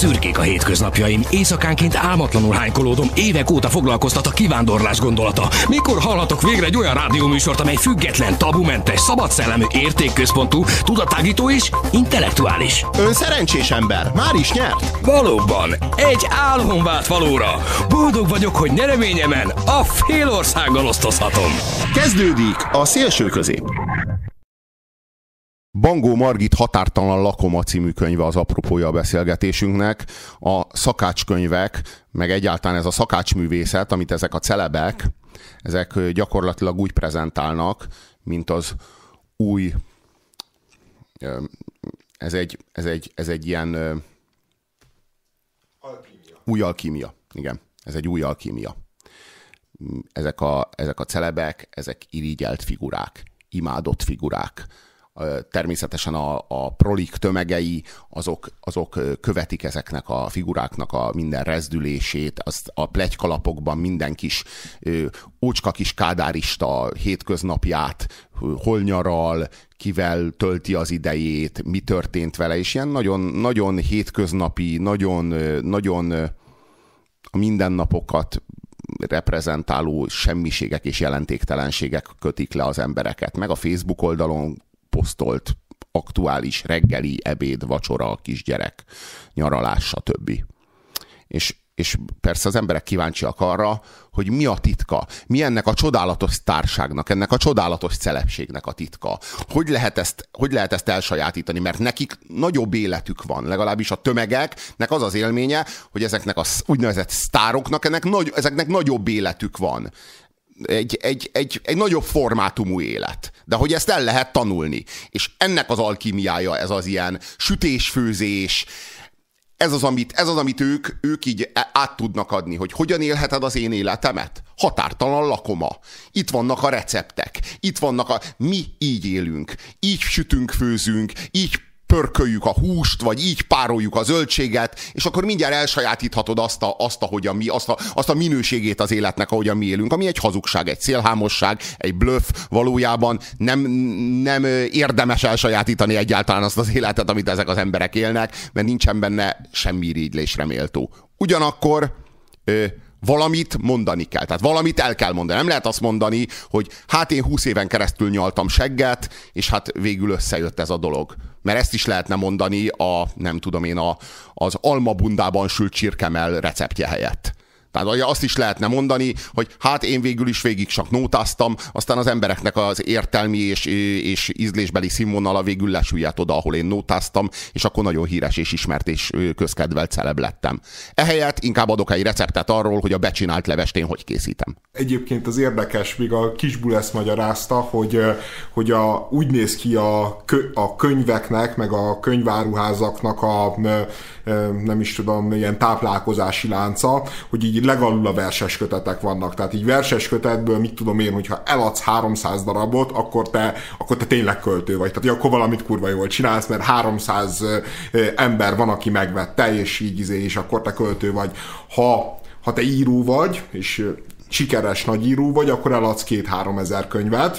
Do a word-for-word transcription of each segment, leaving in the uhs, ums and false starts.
Szürkék a hétköznapjaim, éjszakánként álmatlanul hánykolódom, évek óta foglalkoztat a kivándorlás gondolata. Mikor hallhatok végre egy olyan rádióműsort, amely független, tabumentes, szabadszellemű, értékközpontú, tudattágító és intellektuális? Ön szerencsés ember, már is nyert. Valóban, egy álom vált valóra. Boldog vagyok, hogy nyereményemen a fél országgal osztozhatom. Kezdődik a Szélső közép. Bangó Margit Határtalan Lakoma című könyve az apropója a beszélgetésünknek. A szakácskönyvek, meg egyáltalán ez a szakácsművészet, amit ezek a celebek, ezek gyakorlatilag úgy prezentálnak, mint az új, ez egy, ez egy, ez egy ilyen alkímia. Új alkímia. Igen, ez egy új alkímia. Ezek a, ezek a celebek, ezek irigyelt figurák, imádott figurák. Természetesen a, a prolik tömegei, azok, azok követik ezeknek a figuráknak a minden rezdülését, azt a pletykalapokban minden kis ö, ócska kis kádárista hétköznapját, hol nyaral, kivel tölti az idejét, mi történt vele, és ilyen nagyon, nagyon hétköznapi, nagyon, nagyon a mindennapokat reprezentáló semmiségek és jelentéktelenségek kötik le az embereket. Meg a Facebook oldalon posztolt aktuális reggeli, ebéd, vacsora, kisgyerek, nyaralás, stb. És, és persze az emberek kíváncsiak arra, hogy mi a titka, mi ennek a csodálatos sztárságnak, ennek a csodálatos celebségnek a titka. Hogy lehet ezt, hogy lehet ezt elsajátítani, mert nekik nagyobb életük van, legalábbis a tömegeknek az az élménye, hogy ezeknek a úgynevezett sztároknak, ennek nagy, ezeknek nagyobb életük van. Egy, egy, egy, egy nagyobb formátumú élet. De hogy ezt el lehet tanulni. És ennek az alkímiája, ez az ilyen sütés-főzés, ez az, amit, ez az, amit ők, ők így át tudnak adni, hogy hogyan élheted az én életemet? Határtalan lakoma. Itt vannak a receptek. Itt vannak a... Mi így élünk. Így sütünk, főzünk, így pörköljük a húst, vagy így pároljuk a zöldséget, és akkor mindjárt elsajátíthatod azt a, azt, ahogyan mi, azt a, azt a minőségét az életnek, ahogyan mi élünk, ami egy hazugság, egy szélhámosság, egy bluff, valójában nem, nem érdemes elsajátítani egyáltalán azt az életet, amit ezek az emberek élnek, mert nincsen benne semmi irigylésre méltó. Ugyanakkor ö, valamit mondani kell, tehát valamit el kell mondani. Nem lehet azt mondani, hogy hát én húsz éven keresztül nyaltam segget, és hát végül összejött ez a dolog. Mert ezt is lehetne mondani a, nem tudom én, a, az almabundában sült csirkemell receptje helyett. Tehát azt is lehetne mondani, hogy hát én végül is végig csak nótáztam, aztán az embereknek az értelmi és, és ízlésbeli színvonala végül lesüllyedt oda, ahol én nótáztam, és akkor nagyon híres és ismert és közkedvelt celeb lettem. Ehelyett inkább adok egy receptet arról, hogy a becsinált levest én hogy készítem. Egyébként az érdekes, még a Kisbull ezt magyarázta, hogy, hogy a, úgy néz ki a, kö, a könyveknek, meg a könyváruházaknak a nem is tudom, ilyen táplálkozási lánca, hogy így legalul a verses kötetek vannak. Tehát így verses kötetből, mit tudom én, hogyha eladsz háromszáz darabot, akkor te, akkor te tényleg költő vagy. Tehát akkor valamit kurva jól csinálsz, mert háromszáz ember van, aki megvette, és így izé, és akkor te költő vagy. Ha, ha te író vagy, és sikeres nagyíró vagy, akkor eladsz két-három ezer könyvet,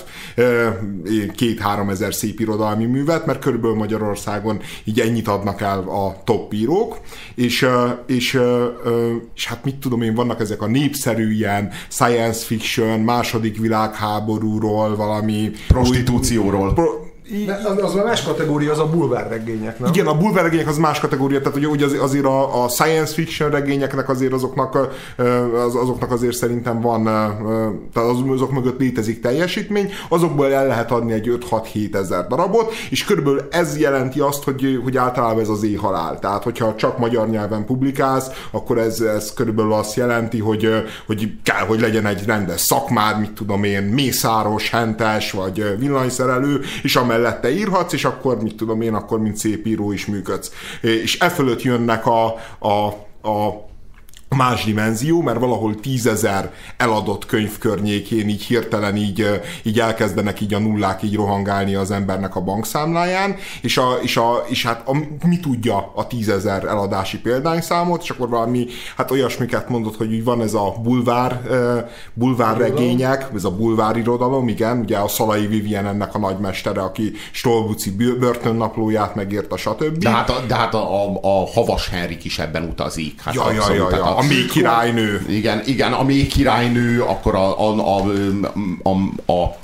két-három ezer szép irodalmi művet, mert körülbelül Magyarországon így ennyit adnak el a top írók, és, és, és hát mit tudom én, vannak ezek a népszerű ilyen science fiction, második világháborúról, valami prostitúcióról. Pro, az, az a más kategória, az a bulvárregények, nem? Igen, a bulvárregények az más kategória, tehát ugye, ugye azért a, a science fiction regényeknek azért azoknak, az, azoknak azért szerintem van, tehát az, azok mögött létezik teljesítmény, azokból el lehet adni egy öt-hat-hét ezer darabot, és körülbelül ez jelenti azt, hogy, hogy általában ez az éhhalál. Tehát, hogyha csak magyar nyelven publikálsz, akkor ez, ez körülbelül azt jelenti, hogy, hogy kell, hogy legyen egy rendes szakmád, mit tudom én, mészáros, hentes, vagy villanyszerelő, és mellette írhatsz, és akkor, mit tudom én, akkor mint szép író is működsz. És e fölött jönnek a, a, a más dimenzió, mert valahol tízezer eladott könyv környékén így hirtelen így, így elkezdenek így a nullák így rohangálni az embernek a bankszámláján, és, a, és, a, és hát a, mi tudja a tízezer eladási példányszámot, és akkor valami, hát olyasmiket mondott, hogy úgy van ez a bulvár, bulvár regények, ez a bulvár irodalom, igen, ugye a Szalai Vivien ennek a nagymestere, aki Stolbuci börtönnaplóját megírta, stb. De hát a, de hát a, a, a Havas Henrik is ebben utazik. Hát ja, ja, ja, ja. A mély királynő. Igen, igen, a mély királynő, akkor a, a, a, a, a,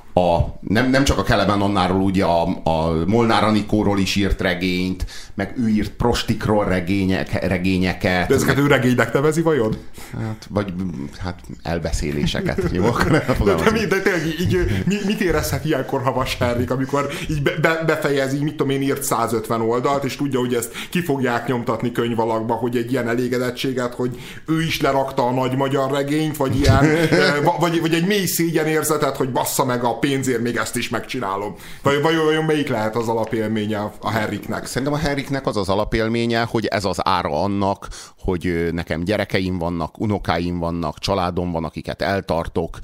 a nem, nem csak a Kelemen Annáról, ugye a, a Molnár Anikóról is írt regényt, meg ő írt prostikról regények, regényeket. De ezeket meg, ő regénynek nevezi vajon? Hát, vagy hát elbeszéléseket. Jó? De, de, mi, de tényleg így, mi, mit érezhet ilyenkor Havas Henrik, amikor így be, befejezi, mit tudom én, írt százötven oldalt, és tudja, hogy ezt ki fogják nyomtatni könyvalakba, hogy egy ilyen elégedettséget, hogy ő is lerakta a nagy magyar regényt, vagy ilyen, vagy, vagy egy mély szégyenérzetet, hogy bassza meg a pénzért, még ezt is megcsinálom. Vagy vajon, vajon melyik lehet az alapélménye a Henriknek? Szerintem a Henriknek az az alapélménye, hogy ez az ára annak, hogy nekem gyerekeim vannak, unokáim vannak, családom van, akiket eltartok.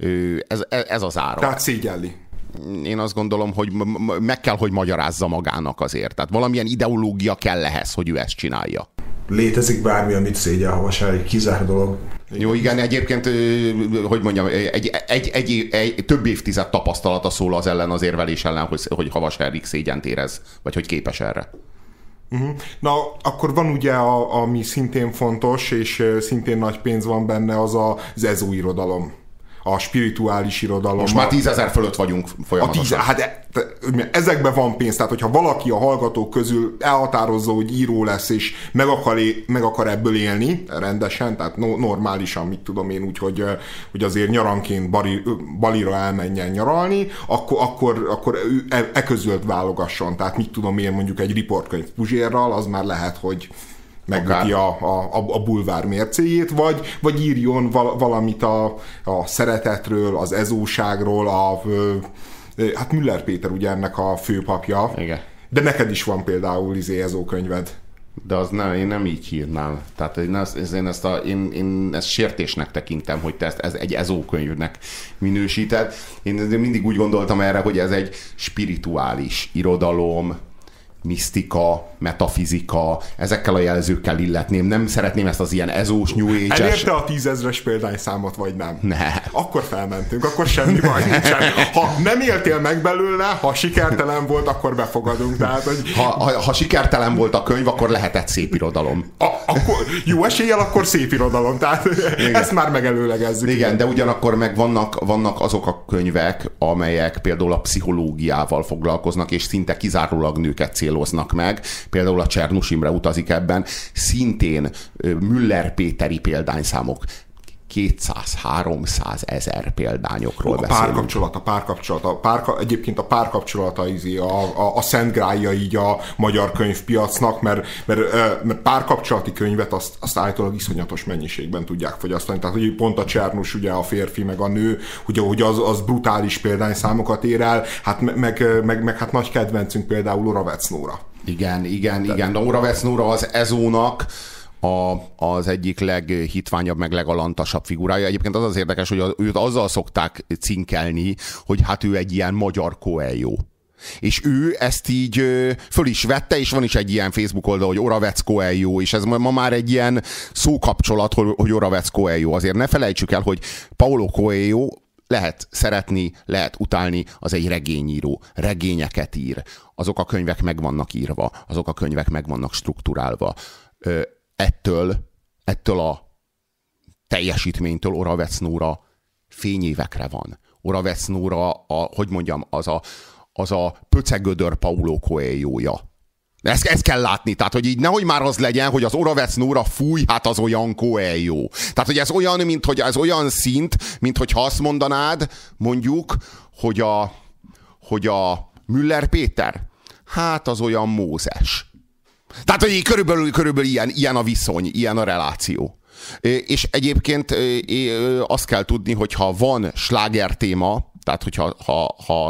Ez, ez az ára. Tehát szégyelli. Én azt gondolom, hogy meg kell, hogy magyarázza magának azért. Tehát valamilyen ideológia kell ehhez, hogy ő ezt csinálja. Létezik bármi, amit szégyel Havas Henrik, kizár dolog. Jó, igen, egyébként, hogy mondjam, egy, egy, egy, egy több évtized tapasztalata szól az ellen, az érvelés ellen, hogy, hogy Havas Henrik szégyent érez, vagy hogy képes erre. Uh-huh. Na, akkor van ugye, a, ami szintén fontos, és szintén nagy pénz van benne, az az ezóirodalom. A spirituális irodalom. Most már tízezer fölött vagyunk folyamatosan. A tíz, hát ezekben van pénz, tehát hogyha valaki a hallgatók közül elhatározza, hogy író lesz, és meg akar, meg akar ebből élni rendesen, tehát no, normálisan, mit tudom én, úgy, hogy, hogy azért nyaranként Bali, Balira elmenjen nyaralni, akkor, akkor, akkor e, e között válogasson. Tehát mit tudom én, mondjuk egy riportkönyv Puzsérral, az már lehet, hogy megüti a, a, a bulvár mércéjét, vagy, vagy írjon val, valamit a, a szeretetről, az ezóságról, a, hát Müller Péter ugye ennek a főpapja. Igen. De neked is van például izé ezókönyved. De az nem, én nem így hírnám. Tehát én ezt, én ezt, a, én, én ezt sértésnek tekintem, hogy te ezt ez egy ezókönyvnek minősíted. Én mindig úgy gondoltam erre, hogy ez egy spirituális irodalom, misztika, metafizika, ezekkel a jelzőkkel illetném. Nem szeretném ezt az ilyen ezós, new age-es... Elérte a tízezres példányszámot, vagy nem? Ne. Akkor felmentünk, akkor semmi baj nincsen. Ha nem éltél meg belőle, ha sikertelen volt, akkor befogadunk. Tehát, hogy... ha, ha, ha sikertelen volt a könyv, akkor lehetett szép irodalom. A, akkor, jó eséllyel, akkor szép irodalom. Tehát igen. Ezt már megelőlegezzük. Igen, igen, de ugyanakkor meg vannak, vannak azok a könyvek, amelyek például a pszichológiával foglalkoznak, és szinte kizárólag nőket céloznak meg. Például a Csernus Imre utazik ebben. Szintén Müller Péteri példányszámok. kétszáz-háromszáz ezer példányokról a beszélünk. Párkapcsolat, a párkapcsolat, a párka, egyébként a párkapcsolata a, a, a szent grálja így a magyar könyvpiacnak, mert, mert, mert párkapcsolati könyvet azt, azt állítólag iszonyatos mennyiségben tudják fogyasztani. Tehát, hogy pont a Csernus, ugye a férfi, meg a nő, hogy, hogy az, az brutális példányszámokat ér el, hát meg, meg, meg hát nagy kedvencünk például Oravec Nóra. Igen, igen, De... igen. De Oravec Nóra az ezónak A, az egyik leghitványabb, meg legalantasabb figurája. Egyébként az az érdekes, hogy az, őt azzal szokták cinkelni, hogy hát ő egy ilyen magyar Coelho. És ő ezt így föl is vette, és van is egy ilyen Facebook oldal, hogy Oravec Coelho, és ez ma már egy ilyen szókapcsolat, hogy Oravec Coelho. Azért ne felejtsük el, hogy Paulo Coelho lehet szeretni, lehet utálni, az egy regényíró. Regényeket ír. Azok a könyvek meg vannak írva, azok a könyvek meg vannak strukturálva. Ettől, ettől a teljesítménytől Oravec Nóra fényévekre van. Oravec Nóra, a, hogy mondjam, az a, az a pöcegödör Paulo Coelho-ja. Ezt, ezt kell látni, tehát hogy így nehogy már az legyen, hogy az Oravec Nóra fúj, hát az olyan Coelho. Tehát, hogy ez olyan, mint hogy ez olyan szint, mint hogyha azt mondanád, mondjuk, hogy a, hogy a Müller Péter, hát az olyan Mózes. Tehát, hogy körülbelül, körülbelül ilyen, ilyen a viszony, ilyen a reláció. És egyébként azt kell tudni, hogy ha van sláger téma, tehát hogyha ha, ha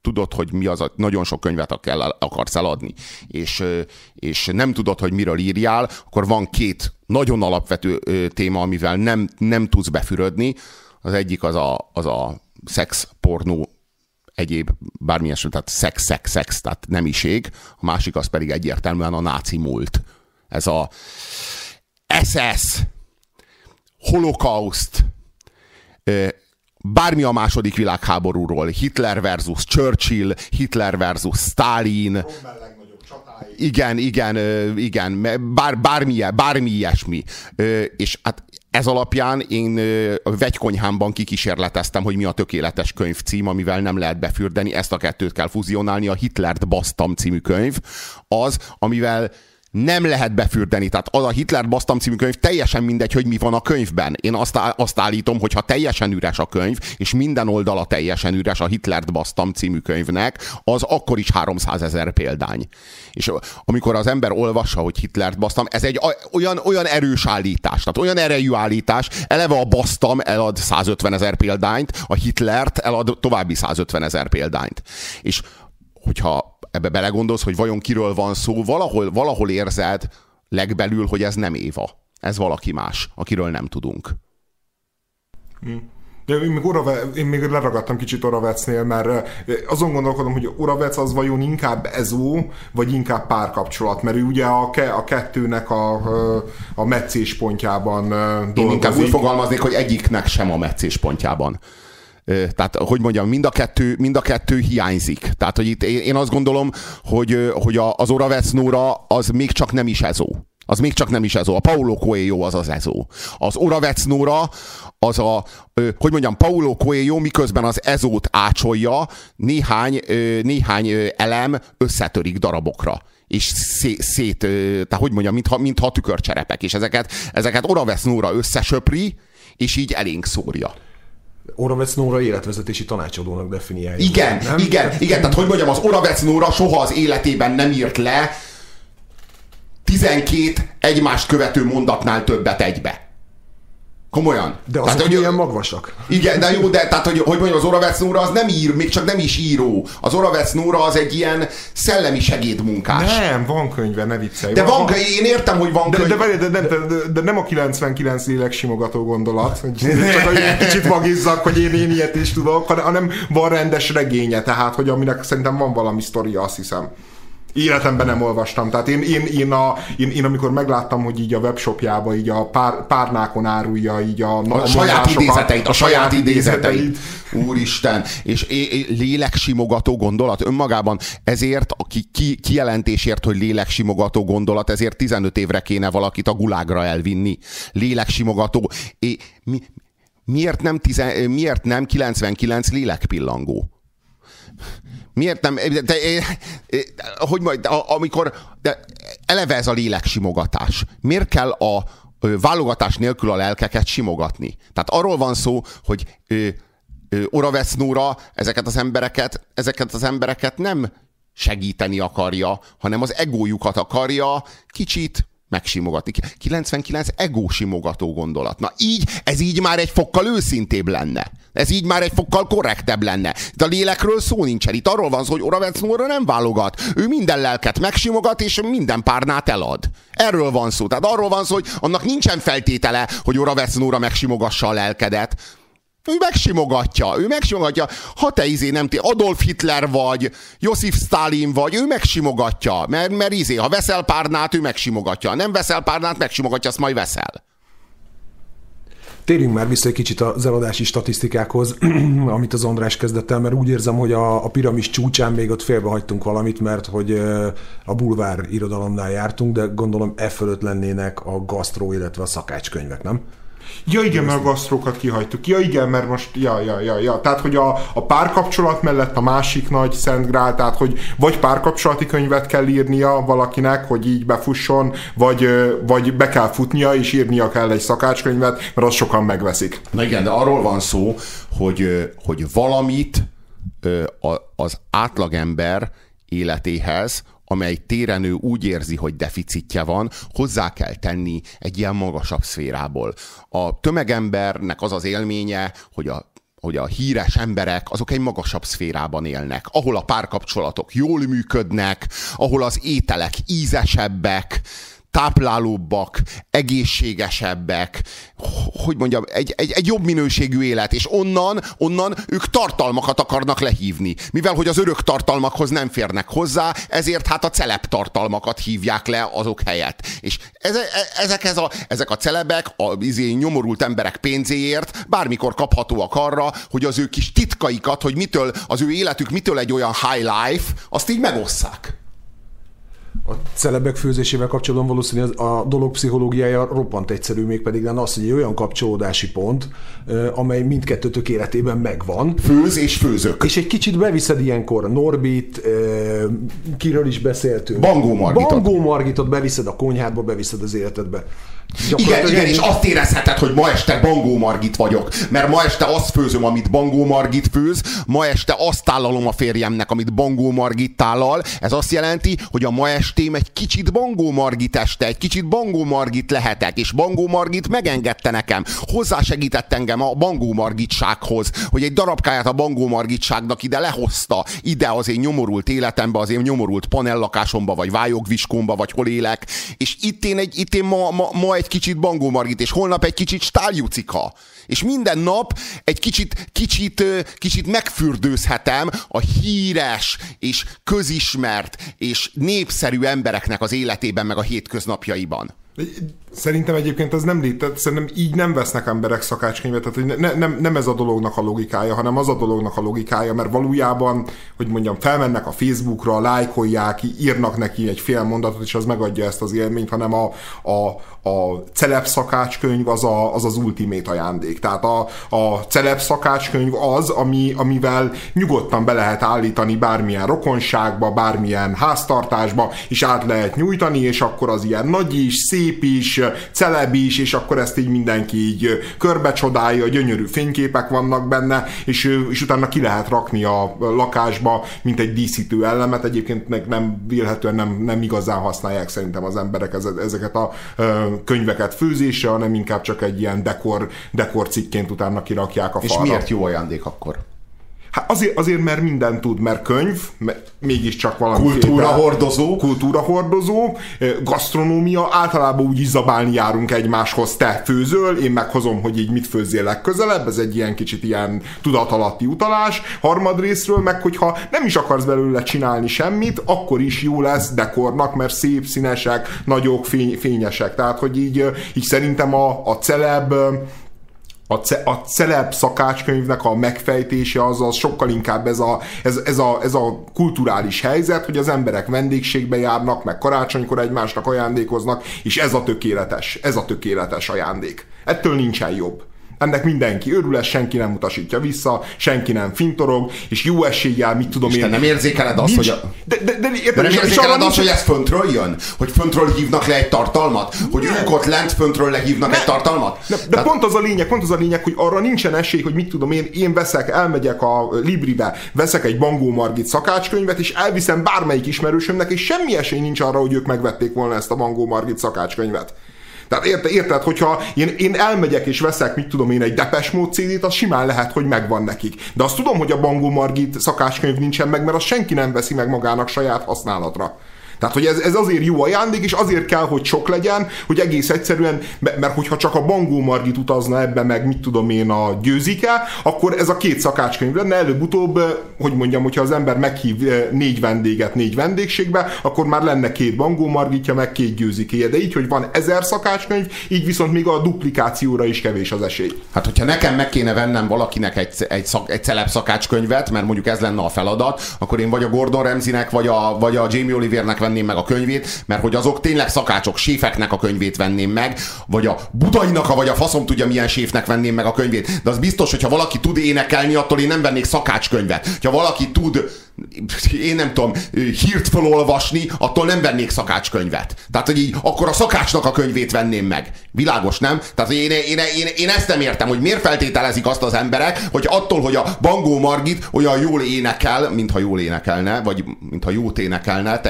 tudod, hogy mi az a, nagyon sok könyvet kell, akarsz eladni, és, és nem tudod, hogy miről írjál, akkor van két nagyon alapvető téma, amivel nem, nem tudsz befürödni. Az egyik az a, az a szex, pornó, egyéb bármilyen, tehát szex, szex, szex, tehát nemiség. A másik az pedig egyértelműen a náci múlt. Ez a es es, holokauszt, bármi a második világháborúról, Hitler versus Churchill, Hitler versus Stalin. Igen, igen, igen, bár, bármi, bármi ilyesmi. És hát ez alapján én a vegykonyhámban kikísérleteztem, hogy mi a tökéletes könyvcím, amivel nem lehet befürdeni. Ezt a kettőt kell fuzionálni. A Hitlert basztam című könyv az, amivel nem lehet befürdeni. Tehát az a Hitlert basztam című könyv, teljesen mindegy, hogy mi van a könyvben. Én azt, azt állítom, hogy ha teljesen üres a könyv, és minden oldala teljesen üres a Hitlert basztam című könyvnek, az akkor is háromszázezer példány. És amikor az ember olvassa, hogy Hitlert basztam, ez egy olyan, olyan erős állítás, tehát olyan erejű állítás, eleve a basztam elad százötvenezer példányt, a Hitlert elad további százötvenezer példányt. És hogyha ebbe belegondolsz, hogy vajon kiről van szó, valahol, valahol érzed legbelül, hogy ez nem Éva. Ez valaki más, akiről nem tudunk. De én még, Orave, én még leragadtam kicsit Oravecnél, mert azon gondolkodom, hogy Oravec az vajon inkább ezó, vagy inkább párkapcsolat, mert ő ugye a, ke, a kettőnek a, a meccéspontjában dolgozik. Én inkább úgy fogalmaznék, hogy egyiknek sem a meccéspontjában. Tehát, hogy mondjam, mind a kettő, mind a kettő hiányzik. Tehát, hogy itt én azt gondolom, hogy, hogy az Oravec Nóra az még csak nem is ezó. Az még csak nem is ezó. A Paulo Coelho az az ezó. Az Oravec Nóra az a, hogy mondjam, Paulo Coelho miközben az ezót ácsolja, néhány, néhány elem összetörik darabokra. És szét, szét tehát hogy mondjam, mintha, mintha tükörcserepek. És ezeket, ezeket Oravec Nóra összesöpri, és így elénk szórja. Oravec Nóra életvezetési tanácsadónak definiálja. Igen, nem? igen, igen, tehát hogy mondjam, az Oravec Nóra soha az életében nem írt le tizenkét egymást követő mondatnál többet egybe. Komolyan. De azok tehát, hogy ilyen magvasak. Igen, de jó, de tehát, hogy, hogy mondjam, az Oravec Nóra az nem ír, még csak nem is író. Az Oravec Nóra az egy ilyen szellemi segédmunkás. Nem, van könyve, ne viccelj. De van, van, én értem, hogy van de, könyve. De, de, de, de, de, de nem a kilencvenkilenc léleksimogató gondolat, hogy csak egy kicsit magizzak, hogy én, én ilyet is tudok, hanem van rendes regénye, tehát, hogy aminek szerintem van valami sztoria, azt hiszem. Életemben nem olvastam. Tehát én, én, én, a, én, én amikor megláttam, hogy így a webshopjába így a pár, párnákon árulja így a, a, a saját idézeteit, a saját idézeteit. Úristen. És é, é, léleksimogató gondolat önmagában. Ezért a ki, ki, kijelentésért, hogy léleksimogató gondolat, ezért tizenöt évre kéne valakit a gulágra elvinni. Léleksimogató. É, mi, miért, nem tizen, miért nem kilencvenkilenc lélekpillangó? Miért nem? De, de, hogy majd, amikor de eleve ez a léleksimogatás. Miért kell a válogatás nélkül a lelkeket simogatni? Tehát arról van szó, hogy Oravec Nóra ezeket az embereket, ezeket az embereket nem segíteni akarja, hanem az egójukat akarja kicsit megsimogatni. kilencvenkilenc egósimogató gondolat. Na így, ez így már egy fokkal őszintébb lenne. Ez így már egy fokkal korrektebb lenne. De a lélekről szó nincsen. Itt arról van szó, hogy Oravec Nóra nem válogat. Ő minden lelket megsimogat, és minden párnát elad. Erről van szó. Tehát arról van szó, hogy annak nincsen feltétele, hogy Oravec Nóra megsimogassa a lelkedet. Ő megsimogatja, ő megsimogatja. Ha te izé nem te Adolf Hitler vagy, Josif Stalin vagy, ő megsimogatja. Mert, mert izé, ha veszel párnát, ő megsimogatja. Ha nem veszel párnát, megsimogatja, azt majd veszel. Térjünk már vissza egy kicsit az eladási statisztikákhoz, amit az András kezdett el, mert úgy érzem, hogy a, a piramis csúcsán még ott félbehagytunk valamit, mert hogy a bulvár irodalomnál jártunk, de gondolom e fölött lennének a gasztró, illetve a szakácskönyvek, nem? Ja igen, mert a gasztrókat kihagytuk. Ja igen, mert most, ja, ja, ja, ja. Tehát, hogy a, a párkapcsolat mellett a másik nagy szent grál, tehát, hogy vagy párkapcsolati könyvet kell írnia valakinek, hogy így befusson, vagy, vagy be kell futnia, és írnia kell egy szakácskönyvet, mert azt sokan megveszik. Na igen, de arról van szó, hogy, hogy valamit az átlagember életéhez, amely téren ő úgy érzi, hogy deficitje van, hozzá kell tenni egy ilyen magasabb szférából. A tömegembernek az az élménye, hogy a, hogy a híres emberek azok egy magasabb szférában élnek, ahol a párkapcsolatok jól működnek, ahol az ételek ízesebbek, táplálóbbak, egészségesebbek, hogy mondjam, egy, egy, egy jobb minőségű élet, és onnan, onnan ők tartalmakat akarnak lehívni. Mivel, hogy az örök tartalmakhoz nem férnek hozzá, ezért hát a celeb tartalmakat hívják le azok helyett. És ez, ezek, ez a, ezek a celebek, a izé, nyomorult emberek pénzéért bármikor kaphatóak arra, hogy az ő kis titkaikat, hogy mitől, az ő életük mitől egy olyan high life, azt így megosszák. A celebek főzésével kapcsolatban valószínűleg a dolog pszichológiája roppant egyszerű, mégpedig nem az, hogy egy olyan kapcsolódási pont, amely mindkettőtök életében megvan. Főz és főzök. És egy kicsit beviszed ilyenkor Norbit, kiről is beszéltünk. Bangó Margitot. Bangó Margitot beviszed a konyhádba, beviszed az életedbe. Igen, igen, és azt érezheted, hogy ma este Bangó Margit vagyok, mert ma este azt főzöm, amit Bangó Margit főz, ma este azt tálalom a férjemnek, amit Bangó Margit tállal. Ez azt jelenti, hogy a ma estém egy kicsit Bangó Margit este, egy kicsit Bangó Margit lehetek, és Bangó Margit megengedte nekem, hozzásegített engem a Bangó Margitsághoz, hogy egy darabkáját a Bangó Margitságnak ide lehozta, ide az én nyomorult életembe, az én nyomorult panellakásomba, vagy vályogviskómba, vagy hol élek, és itt én, egy, itt én ma, ma, ma egy kicsit Bangó Margit, és holnap egy kicsit Stál Jucika. És minden nap egy kicsit, kicsit, kicsit megfürdőzhetem a híres és közismert és népszerű embereknek az életében, meg a hétköznapjaiban. Szerintem egyébként ez nem létezik, szerintem így nem vesznek emberek szakácskönyvet, tehát hogy ne, nem, nem ez a dolognak a logikája, hanem az a dolognak a logikája, mert valójában, hogy mondjam, felmennek a Facebookra, lájkolják, írnak neki egy fél mondatot, és az megadja ezt az élményt, hanem a, a, a celeb szakácskönyv az, a, az az ultimate ajándék. Tehát a, a celeb szakácskönyv az, ami, amivel nyugodtan be lehet állítani bármilyen rokonságba, bármilyen háztartásba, és át lehet nyújtani, és akkor az ilyen nagy is, szép is, celeb is, és akkor ezt így mindenki így körbecsodálja, gyönyörű fényképek vannak benne, és, és utána ki lehet rakni a lakásba, mint egy díszítő elemet. Egyébként nem vélhetően nem, nem igazán használják szerintem az emberek ezeket a könyveket főzésre, hanem inkább csak egy ilyen dekor, dekor cikként utána kirakják a falra. És miért jó ajándék akkor? Hát azért, azért, mert mindent tud, mert könyv, mert mégiscsak valami... Kultúra hordozó. Kultúra hordozó, gasztronómia, általában úgy is zabálni járunk egymáshoz, te főzöl, én meghozom, hogy így mit főzzél legközelebb, ez egy ilyen kicsit ilyen tudatalatti utalás. Harmadrészről meg, hogyha nem is akarsz belőle csinálni semmit, akkor is jó lesz dekornak, mert szép, színesek, nagyok, fény, fényesek. Tehát, hogy így, így szerintem a, a celeb... A, ce, a celeb szakácskönyvnek a megfejtése az, az sokkal inkább ez a, ez, ez, a, ez a kulturális helyzet, hogy az emberek vendégségbe járnak, meg karácsonykor egymásnak ajándékoznak, és ez a tökéletes, ez a tökéletes ajándék. Ettől nincsen jobb. Ennek mindenki örül, senki nem utasítja vissza, senki nem fintorog, és jó eséllyel, mit tudom Isten, én... nem érzékeled azt, nincs, hogy... A... De, de, de, de nem érzékeled azt, hogy ez föntről jön? Hogy föntről hívnak le egy tartalmat? Hogy nem. Ők ott lent föntről lehívnak nem. egy tartalmat? Nem. De Tehát... pont az a lényeg, pont az a lényeg, hogy arra nincsen esély, hogy mit tudom én, én veszek, elmegyek a Libribe, veszek egy Bangó Margit szakácskönyvet, és elviszem bármelyik ismerősömnek, és semmi esély nincs arra, hogy ők megvették volna ezt a Bangó Margit szakácskönyvet. Tehát érted, érted, hogyha én, én elmegyek és veszek, mit tudom én, egy Depeche Mode cé dét, az simán lehet, hogy megvan nekik. De azt tudom, hogy a Bangó Margit szakácskönyv nincsen meg, mert azt senki nem veszi meg magának saját használatra. Tehát, hogy ez, ez azért jó ajándék, és azért kell, hogy sok legyen, hogy egész egyszerűen, mert hogyha csak a Bangó Margit utazna ebbe, meg mit tudom én, a Győzike, akkor ez a két szakácskönyv lenne, előbb-utóbb, hogy mondjam, hogyha az ember meghív négy vendéget négy vendégségbe, akkor már lenne két Bangó Margitja, meg két Győzikéje. De így, hogy van ezer szakácskönyv, így viszont még a duplikációra is kevés az esély. Hát, hogyha nekem meg kéne vennem valakinek egy, egy, szak, egy celeb szakácskönyvet, mert mondjuk ez lenne a feladat, akkor én vagy a Gordon Ramsaynek, vagy a, vagy a Jamie Olivernek venném meg a könyvét, mert hogy azok tényleg szakácsok, séfeknek a könyvét venném meg, vagy a Budainak, vagy a faszom tudja milyen séfnek venném meg a könyvét. De az biztos, hogyha valaki tud énekelni, attól én nem vennék szakácskönyvet. Ha valaki tud, én nem tudom, hírt felolvasni, attól nem vennék szakácskönyvet. Tehát, hogy így, akkor a szakácsnak a könyvét venném meg. Világos, nem? Tehát, hogy én, én, én, én ezt nem értem, hogy miért feltételezik azt az emberek, hogy attól, hogy a Bangó Margit olyan jól énekel, mintha jól énekelne, vagy mintha jót énekelne, teljesen mindegy,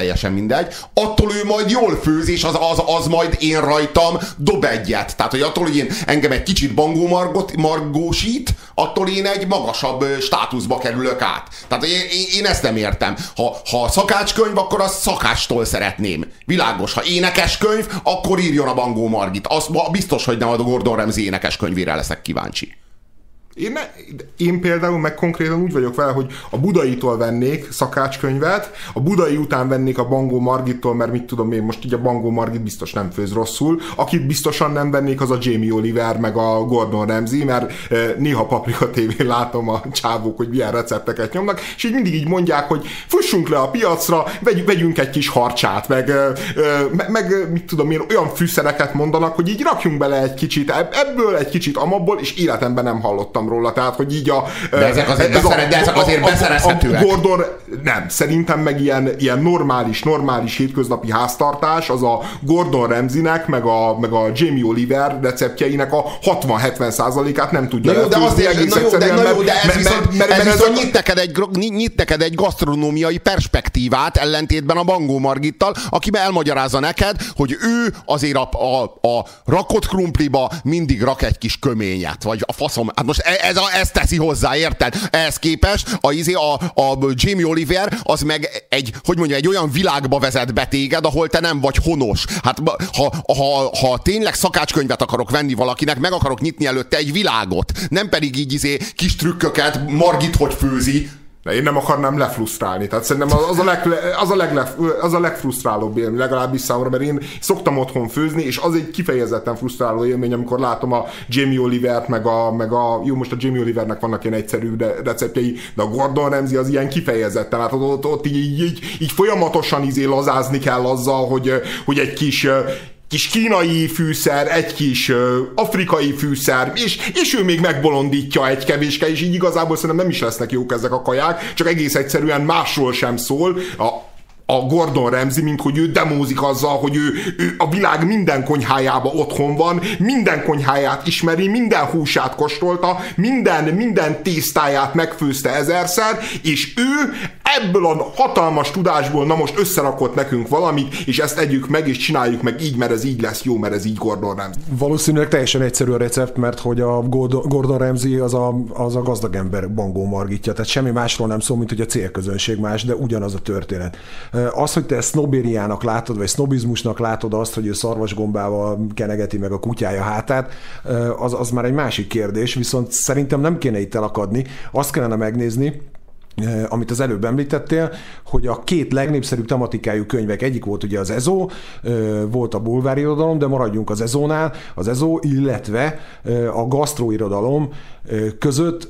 mindegy, attól ő majd jól főz, és az, az, az majd én rajtam dob egyet. Tehát, hogy attól, hogy én engem egy kicsit bangó margot, margósít, attól én egy magasabb státuszba kerülök át. Tehát én, én ezt nem értem. Ha, ha szakácskönyv, akkor azt szakástól szeretném. Világos. Ha énekeskönyv, akkor írjon a Bangó Margit. Az biztos, hogy nem a Gordon Ramsay énekeskönyvére leszek kíváncsi. Én, ne, én például meg konkrétan úgy vagyok vele, hogy a Budaitól vennék szakácskönyvet, a Budai után vennék a Bangó Margittól, mert mit tudom én, most így a Bangó Margit biztos nem főz rosszul. Akit biztosan nem vennék, az a Jamie Oliver, meg a Gordon Ramsay, mert e, néha Paprika tévén látom a csávók, hogy milyen recepteket nyomnak, és így mindig így mondják, hogy fussunk le a piacra, vegy, vegyünk egy kis harcsát, meg, e, meg, meg mit tudom én, olyan fűszereket mondanak, hogy így rakjunk bele egy kicsit ebből, egy kicsit amabból, és életemben nem hallottam róla, tehát, hogy így a... De ezek azért, ez beszere, a, de ezek azért a, beszerezhetőek. A Gordon, nem, szerintem meg ilyen, ilyen normális, normális hétköznapi háztartás, az a Gordon Ramsaynek, meg a, meg a Jamie Oliver receptjeinek a hatvan-hetven százalékát nem tudja na jó, de azért, egész na jó, de, na jó, de ez mert, viszont, mert, mert, ez mert viszont ez nyit, neked egy, nyit neked egy gasztronómiai perspektívát ellentétben a Bangó Margittal, aki elmagyarázza neked, hogy ő azért a, a, a rakott krumpliba mindig rak egy kis köményet, vagy a faszom, hát most ez, a, ez teszi hozzá, érted? Ehhez képest a, a, a Jamie Oliver az meg egy, hogy mondja, egy olyan világba vezet be téged, ahol te nem vagy honos. Hát ha, ha, ha tényleg szakácskönyvet akarok venni valakinek, meg akarok nyitni előtte egy világot, nem pedig így izé kis trükköket, Margit hogy főzi. De én nem akarnám lefrusztrálni. Tehát szerintem az a, leg, az a, leglef, az a legfrusztrálóbb élmény, legalábbis számomra, mert én szoktam otthon főzni, és az egy kifejezetten frusztráló élmény, amikor látom a Jamie Olivert, meg a, meg a jó, most a Jamie Olivernek vannak ilyen egyszerű receptjei, de a Gordon Ramsay az ilyen kifejezetten. Hát ott, ott, ott így, így, így, így folyamatosan izé lazázni kell azzal, hogy, hogy egy kis kis kínai fűszer, egy kis uh, afrikai fűszer, és, és ő még megbolondítja egy kevéske, és így igazából szerintem nem is lesznek jók ezek a kaják, csak egész egyszerűen másról sem szól a, a Gordon Ramsay, mint hogy ő demózik azzal, hogy ő, ő a világ minden konyhájába otthon van, minden konyháját ismeri, minden húsát kóstolta, minden, minden tésztáját megfőzte ezerszer, és ő ebből a hatalmas tudásból na most összerakott nekünk valamit, és ezt együk meg, és csináljuk meg így, mert ez így lesz jó, mert ez így Gordon Ramsay. Valószínűleg teljesen egyszerű a recept, mert hogy a Gordon Ramsay az a, az a gazdag ember Bangó Margitja, tehát semmi másról nem szól, mint hogy a célközönség más, de ugyanaz a történet. Az, hogy te sznobériának látod, vagy sznobizmusnak látod azt, hogy ő szarvasgombával kenegeti meg a kutyája hátát, az, az már egy másik kérdés, viszont szerintem nem kéne itt elakadni, azt kellene megnézni, amit az előbb említettél, hogy a két legnépszerűbb tematikájú könyvek, egyik volt ugye az Ezó, volt a bulvárirodalom, de maradjunk az Ezónál, az Ezó, illetve a gasztroirodalom között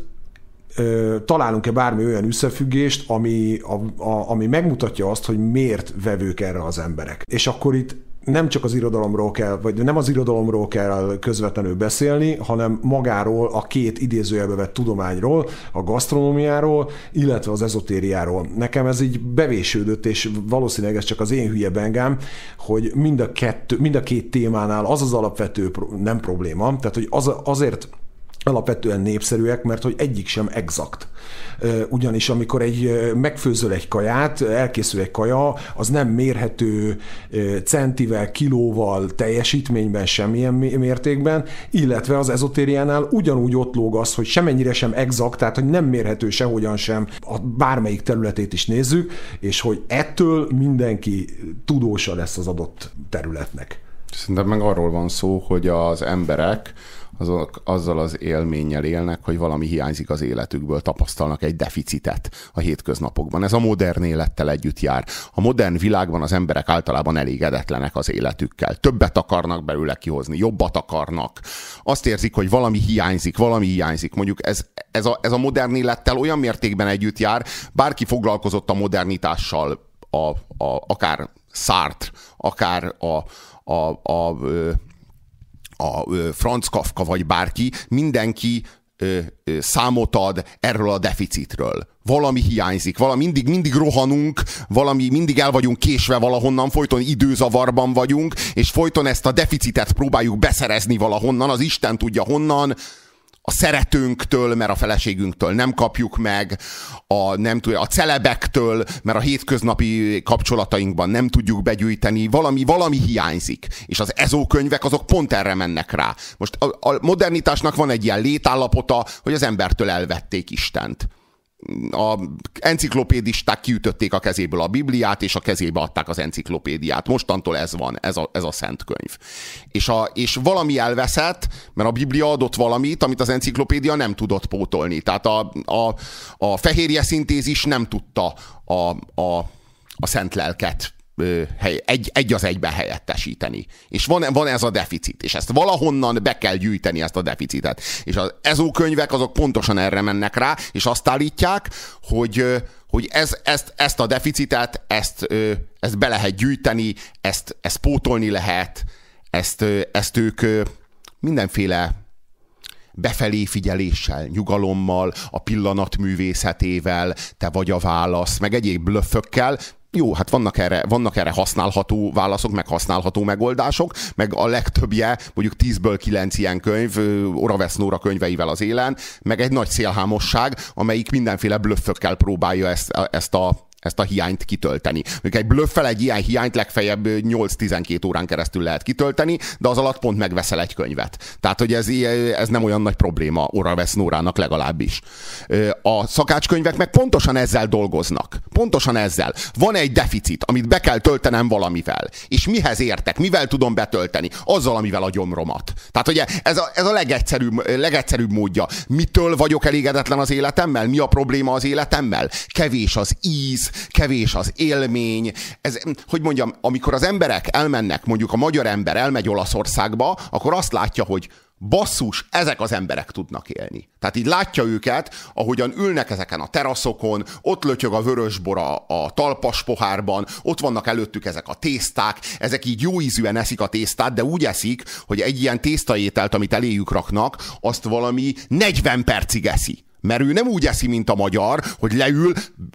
találunk-e bármi olyan összefüggést, ami, a, a, ami megmutatja azt, hogy miért vevők erre az emberek. És akkor itt nem csak az irodalomról kell, vagy nem az irodalomról kell közvetlenül beszélni, hanem magáról, a két idézőjelbe vett tudományról, a gasztronómiáról, illetve az ezotériáról. Nekem ez így bevésődött, és valószínűleg ez csak az én hülye bengám, hogy mind a, kettő, mind a két témánál az az alapvető nem probléma, tehát hogy az, azért alapvetően népszerűek, mert hogy egyik sem exakt. Ugyanis amikor egy megfőzöl egy kaját, elkészül egy kaja, az nem mérhető centivel, kilóval, teljesítményben semmilyen mértékben, illetve az ezotériánál ugyanúgy ott lóg az, hogy semennyire sem exakt, tehát hogy nem mérhető sehogyan sem, a bármelyik területét is nézzük, és hogy ettől mindenki tudósa lesz az adott területnek. Szerintem meg arról van szó, hogy az emberek azok azzal az élménnyel élnek, hogy valami hiányzik az életükből, tapasztalnak egy deficitet a hétköznapokban. Ez a modern élettel együtt jár. A modern világban az emberek általában elégedetlenek az életükkel. Többet akarnak belőle kihozni, jobbat akarnak. Azt érzik, hogy valami hiányzik, valami hiányzik. Mondjuk ez, ez, a, ez a modern élettel olyan mértékben együtt jár, bárki foglalkozott a modernitással, a, a, akár Sartre, akár a, a, a, a a Franz Kafka vagy bárki, mindenki ö, ö, számot ad erről a deficitről. Valami hiányzik, valami, mindig, mindig rohanunk, valami, mindig el vagyunk késve valahonnan, folyton időzavarban vagyunk, és folyton ezt a deficitet próbáljuk beszerezni valahonnan, az Isten tudja honnan, a szeretőnktől, mert a feleségünktől nem kapjuk meg, a, nem tudja, a celebektől, mert a hétköznapi kapcsolatainkban nem tudjuk begyűjteni, valami, valami hiányzik. És az ezókönyvek azok pont erre mennek rá. Most a, a modernitásnak van egy ilyen létállapota, hogy az embertől elvették Istent. A enciklopédisták kiütötték a kezéből a Bibliát, és a kezébe adták az enciklopédiát. Mostantól ez van, ez a, ez a szent könyv. És, a, és valami elveszett, mert a Biblia adott valamit, amit az enciklopédia nem tudott pótolni. Tehát a, a, a fehérje szintézis nem tudta a, a, a szent lelket egy, egy az egyben helyettesíteni. És van, van ez a deficit, és ezt valahonnan be kell gyűjteni, ezt a deficitet. És az ezókönyvek azok pontosan erre mennek rá, és azt állítják, hogy, hogy ez, ezt, ezt a deficitet, ezt, ezt be lehet gyűjteni, ezt, ezt pótolni lehet, ezt, ezt ők mindenféle befelé figyeléssel, nyugalommal, a pillanat művészetével, te vagy a válasz, meg egyéb blöffökkel. Jó, hát vannak erre, vannak erre használható válaszok, meg használható megoldások, meg a legtöbbje, mondjuk tízből kilenc ilyen könyv, Oravesz Nóra könyveivel az élen, meg egy nagy szélhámosság, amelyik mindenféle blöffökkel próbálja ezt, ezt a ezt a hiányt kitölteni. Még egy blöffel egy ilyen hiányt legfeljebb nyolc-tizenkét órán keresztül lehet kitölteni, de az alatt pont megveszel egy könyvet. Tehát, hogy ez, ez nem olyan nagy probléma Oravesz Nórának legalábbis. A szakácskönyvek meg pontosan ezzel dolgoznak. Pontosan ezzel. Van egy deficit, amit be kell töltenem valamivel. És mihez értek? Mivel tudom betölteni? Azzal, amivel a gyomromat. Tehát, ugye ez a, ez a legegyszerűbb, legegyszerűbb módja. Mitől vagyok elégedetlen az életemmel? Mi a probléma az életemmel? Kevés az íz, kevés az élmény. Ez, hogy mondjam, amikor az emberek elmennek, mondjuk a magyar ember elmegy Olaszországba, akkor azt látja, hogy basszus, ezek az emberek tudnak élni. Tehát így látja őket, ahogyan ülnek ezeken a teraszokon, ott lötyög a vörösbor a, a talpas pohárban, ott vannak előttük ezek a tészták, ezek így jó ízűen eszik a tésztát, de úgy eszik, hogy egy ilyen tésztaételt, amit eléjük raknak, azt valami negyven percig eszi. Mert ő nem úgy eszi, mint a magyar, hogy leül,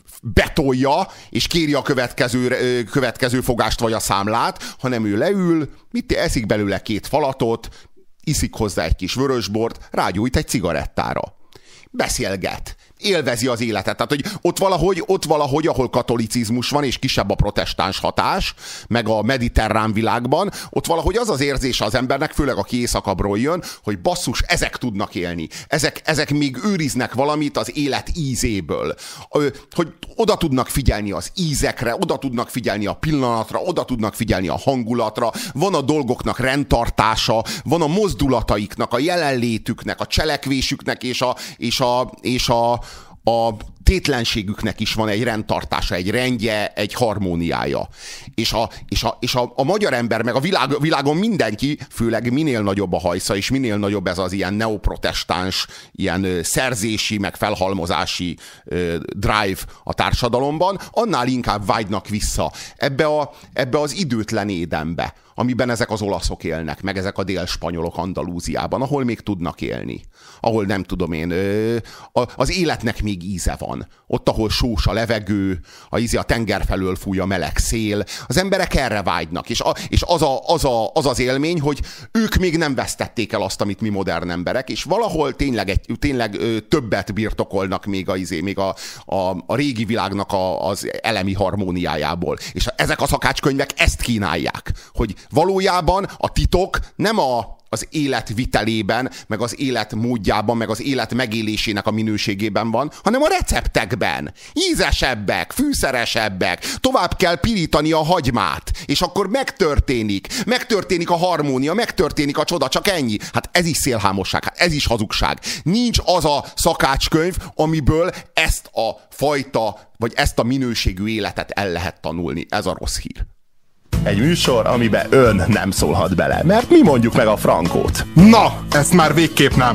betolja, és kéri a következő, következő fogást vagy a számlát, hanem ő leül, mit eszik belőle két falatot, iszik hozzá egy kis vörösbort, rágyújt egy cigarettára. Beszélget. Élvezi az életet. Tehát, hogy ott valahogy, ott valahogy, ahol katolicizmus van, és kisebb a protestáns hatás, meg a mediterrán világban, ott valahogy az az érzése az embernek, főleg aki északabbról jön, hogy basszus, ezek tudnak élni. Ezek, ezek még őriznek valamit az élet ízéből. Hogy oda tudnak figyelni az ízekre, oda tudnak figyelni a pillanatra, oda tudnak figyelni a hangulatra, van a dolgoknak rendtartása, van a mozdulataiknak, a jelenlétüknek, a cselekvésüknek és a, és a, és a a tétlenségüknek is van egy rendtartása, egy rendje, egy harmóniája. És a, és a, és a, a magyar ember, meg a világ, világon mindenki, főleg minél nagyobb a hajsza, és minél nagyobb ez az ilyen neoprotestáns, ilyen szerzési, meg felhalmozási ö, drive a társadalomban, annál inkább vágynak vissza ebbe, a, ebbe az időtlen édenbe, amiben ezek az olaszok élnek, meg ezek a délspanyolok Andalúziában, ahol még tudnak élni. Ahol nem tudom én, ö, a, az életnek még íze van. Ott, ahol sós a levegő, a íze a tenger felől fúj a meleg szél. Az emberek erre vágynak. És, a, és az, a, az, a, az az élmény, hogy ők még nem vesztették el azt, amit mi modern emberek, és valahol tényleg, egy, tényleg ö, többet birtokolnak még a, izé, még a, a, a régi világnak a, az elemi harmóniájából. És ezek a szakácskönyvek ezt kínálják, hogy valójában a titok nem a, az élet vitelében, meg az élet módjában, meg az élet megélésének a minőségében van, hanem a receptekben. Ízesebbek, fűszeresebbek, tovább kell pirítani a hagymát, és akkor megtörténik, megtörténik a harmónia, megtörténik a csoda, csak ennyi. Hát ez is szélhámosság, hát ez is hazugság. Nincs az a szakácskönyv, amiből ezt a fajta, vagy ezt a minőségű életet el lehet tanulni. Ez a rossz hír. Egy műsor, amiben ön nem szólhat bele, mert mi mondjuk meg a frankót. Na, ezt már végképp nem.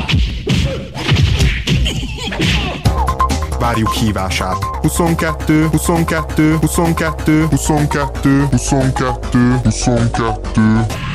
Várjuk hívását. huszonkettő, huszonkettő, huszonkettő, huszonkettő, huszonkettő, huszonkettő.